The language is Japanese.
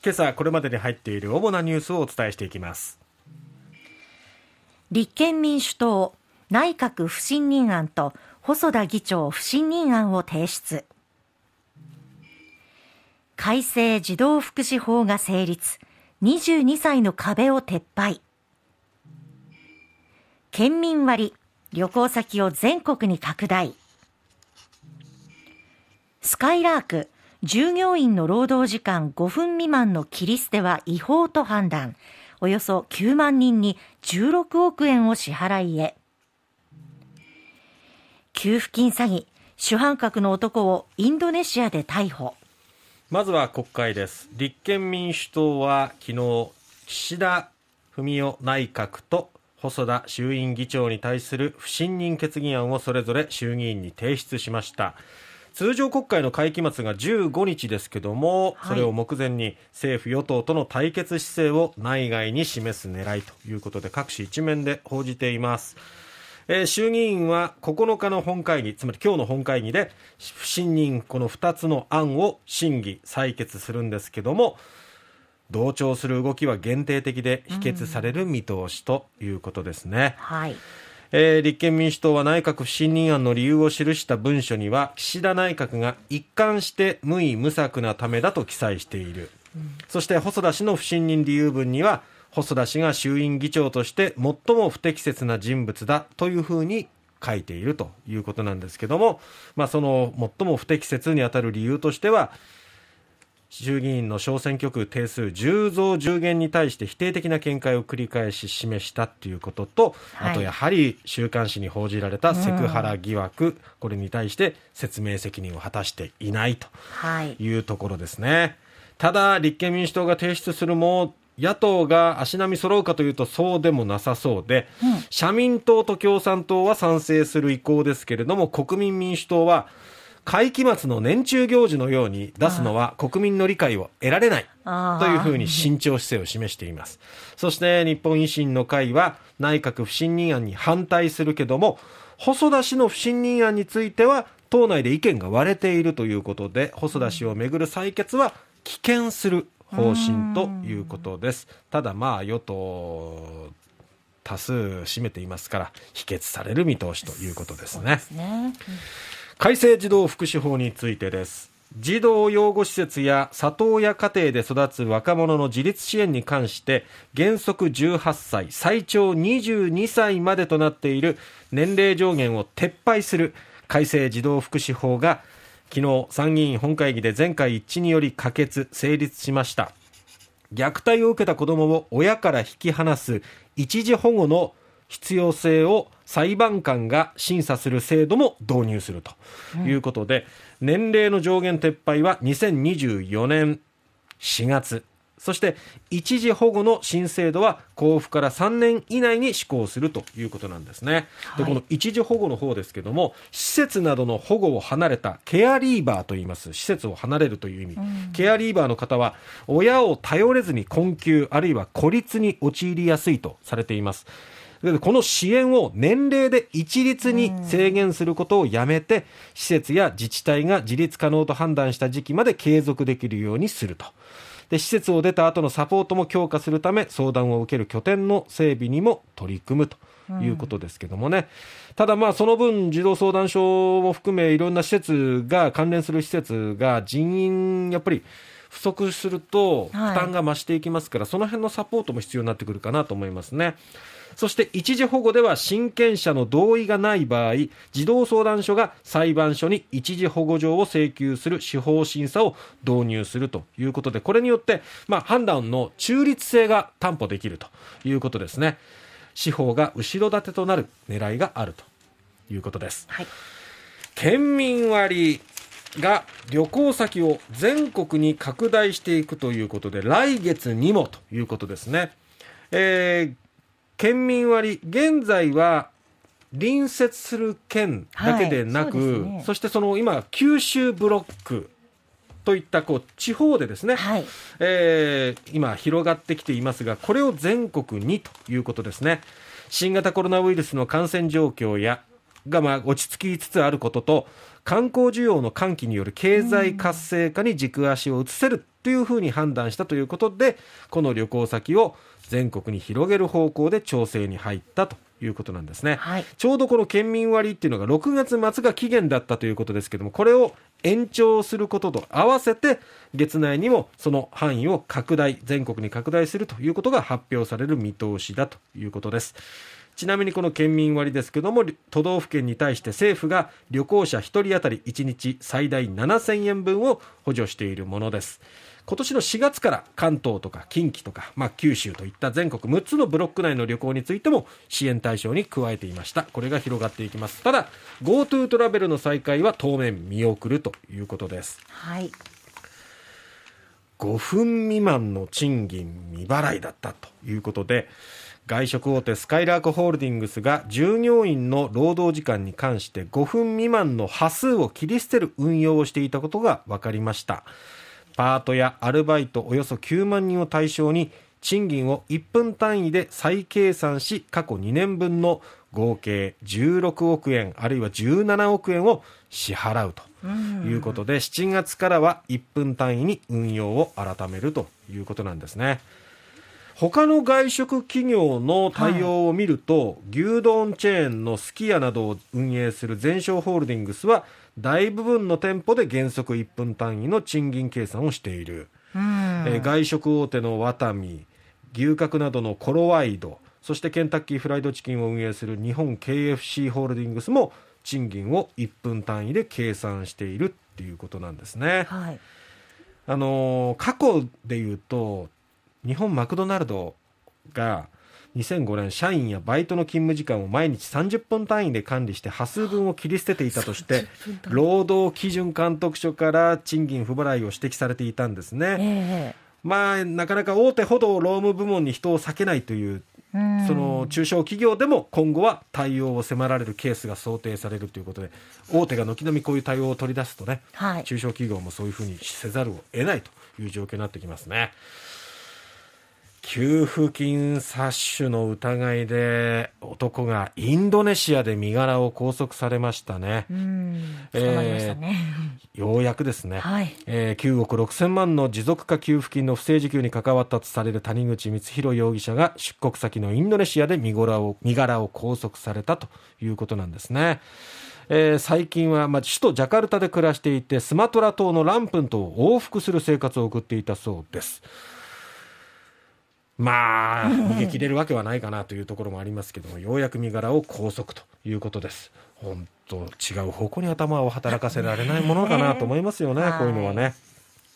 今朝これまでに入っている主なニュースをお伝えしていきます。 立憲民主党内閣不信任案と細田議長不信任案を提出。改正児童福祉法が成立、22歳の壁を撤廃。県民割、旅行先を全国に拡大。スカイラーク、従業員の労働時間5分未満の切り捨ては違法と判断。およそ9万人に16億円を支払いへ。給付金詐欺、主犯格の男をインドネシアで逮捕。 まずは国会です。立憲民主党は昨日、岸田文雄内閣と細田衆院議長に対する不信任決議案をそれぞれ衆議院に提出しました。通常国会の会期末が15日ですけども、それを目前に政府与党との対決姿勢を内外に示す狙いということで各紙一面で報じています。衆議院は9日の本会議、つまり今日の本会議で不信任この2つの案を審議採決するんですけども、同調する動きは限定的で否決される見通しということですね。立憲民主党は内閣不信任案の理由を記した文書には、岸田内閣が一貫して無為無策なためだと記載している。そして細田氏の不信任理由文には、細田氏が衆院議長として最も不適切な人物だというふうに書いているということなんですけども、その最も不適切にあたる理由としては、衆議院の小選挙区定数10増10減に対して否定的な見解を繰り返し示したということと、あとやはり週刊誌に報じられたセクハラ疑惑、これに対して説明責任を果たしていないというところですね。ただ立憲民主党が提出するも野党が足並み揃うかというとそうでもなさそうで、社民党と共産党は賛成する意向ですけれども、国民民主党は会期末の年中行事のように出すのは国民の理解を得られないというふうに慎重姿勢を示しています。そして日本維新の会は内閣不信任案に反対するけども、細田氏の不信任案については党内で意見が割れているということで、細田氏をめぐる採決は棄権する方針ということです。ただ与党多数占めていますから否決される見通しということですね。改正児童福祉法についてです。児童養護施設や里親家庭で育つ若者の自立支援に関して原則18歳最長22歳までとなっている年齢上限を撤廃する改正児童福祉法が昨日参議院本会議で全会一致により可決成立しました。虐待を受けた子どもを親から引き離す一時保護の必要性を裁判官が審査する制度も導入するということで、年齢の上限撤廃は2024年4月、そして一時保護の新制度は公布から3年以内に施行するということなんですね。でこの一時保護の方ですけども、施設などの保護を離れたケアリーバーといいます。施設を離れるという意味、ケアリーバーの方は親を頼れずに困窮あるいは孤立に陥りやすいとされています。この支援を年齢で一律に制限することをやめて、施設や自治体が自立可能と判断した時期まで継続できるようにすると。で施設を出た後のサポートも強化するため、相談を受ける拠点の整備にも取り組むということですけどもね。ただその分児童相談所も含めいろんな施設が関連する施設が人員やっぱり不足すると負担が増していきますから、その辺のサポートも必要になってくるかなと思いますね。そして一時保護では親権者の同意がない場合、児童相談所が裁判所に一時保護状を請求する司法審査を導入するということで、これによって判断の中立性が担保できるということですね。司法が後ろ盾となる狙いがあるということです。県民割が旅行先を全国に拡大していくということで、来月にもということですね。県民割、現在は隣接する県だけでなく、そして今九州ブロックといった地方でですね、今広がってきていますが、これを全国にということですね。新型コロナウイルスの感染状況が落ち着きつつあることと、観光需要の喚起による経済活性化に軸足を移せるというふうに判断したということで、この旅行先を全国に広げる方向で調整に入ったということなんですね、 はい、 ちょうどこの県民割っていうのが6月末が期限だったということですけども、これを延長することと合わせて月内にもその範囲を全国に拡大するということが発表される見通しだということです。ちなみにこの県民割ですけども、都道府県に対して政府が旅行者1人当たり1日最大7000円分を補助しているものです。今年の4月から関東とか近畿とか、九州といった全国6つのブロック内の旅行についても支援対象に加えていました。これが広がっていきます。ただ GoTo トラベルの再開は当面見送るということです。 はい、 5分未満の賃金未払いだったということで、外食大手スカイラークホールディングスが従業員の労働時間に関して5分未満の端数を切り捨てる運用をしていたことが分かりました。パートやアルバイトおよそ9万人を対象に賃金を1分単位で再計算し、過去2年分の合計16億円あるいは17億円を支払うということで、7月からは1分単位に運用を改めるということなんですね。他の外食企業の対応を見ると、牛丼チェーンのすき家などを運営するゼンショーホールディングスは大部分の店舗で原則1分単位の賃金計算をしている。外食大手のワタミ、牛角などのコロワイド、そしてケンタッキーフライドチキンを運営する日本 KFC ホールディングスも賃金を1分単位で計算しているっていうことなんですね、 はい、 過去でいうと日本マクドナルドが2005年社員やバイトの勤務時間を毎日30分単位で管理して端数分を切り捨てていたとして労働基準監督署から賃金不払いを指摘されていたんですね、なかなか大手ほど労務部門に人を割けないというその中小企業でも今後は対応を迫られるケースが想定されるということで、大手が軒並みこういう対応を取り出すとね、中小企業もそういうふうにせざるを得ないという状況になってきますね。給付金詐取の疑いで男がインドネシアで身柄を拘束されましたね。ようやくですね、9億6000万の持続化給付金の不正受給に関わったとされる谷口光弘容疑者が出国先のインドネシアで身柄を拘束されたということなんですね。最近は、首都ジャカルタで暮らしていてスマトラ島のランプンと往復する生活を送っていたそうです。逃げ切れるわけはないかなというところもありますけども、ようやく身柄を拘束ということです。本当違う方向に頭を働かせられないものかなと思いますよね、こういうのはね。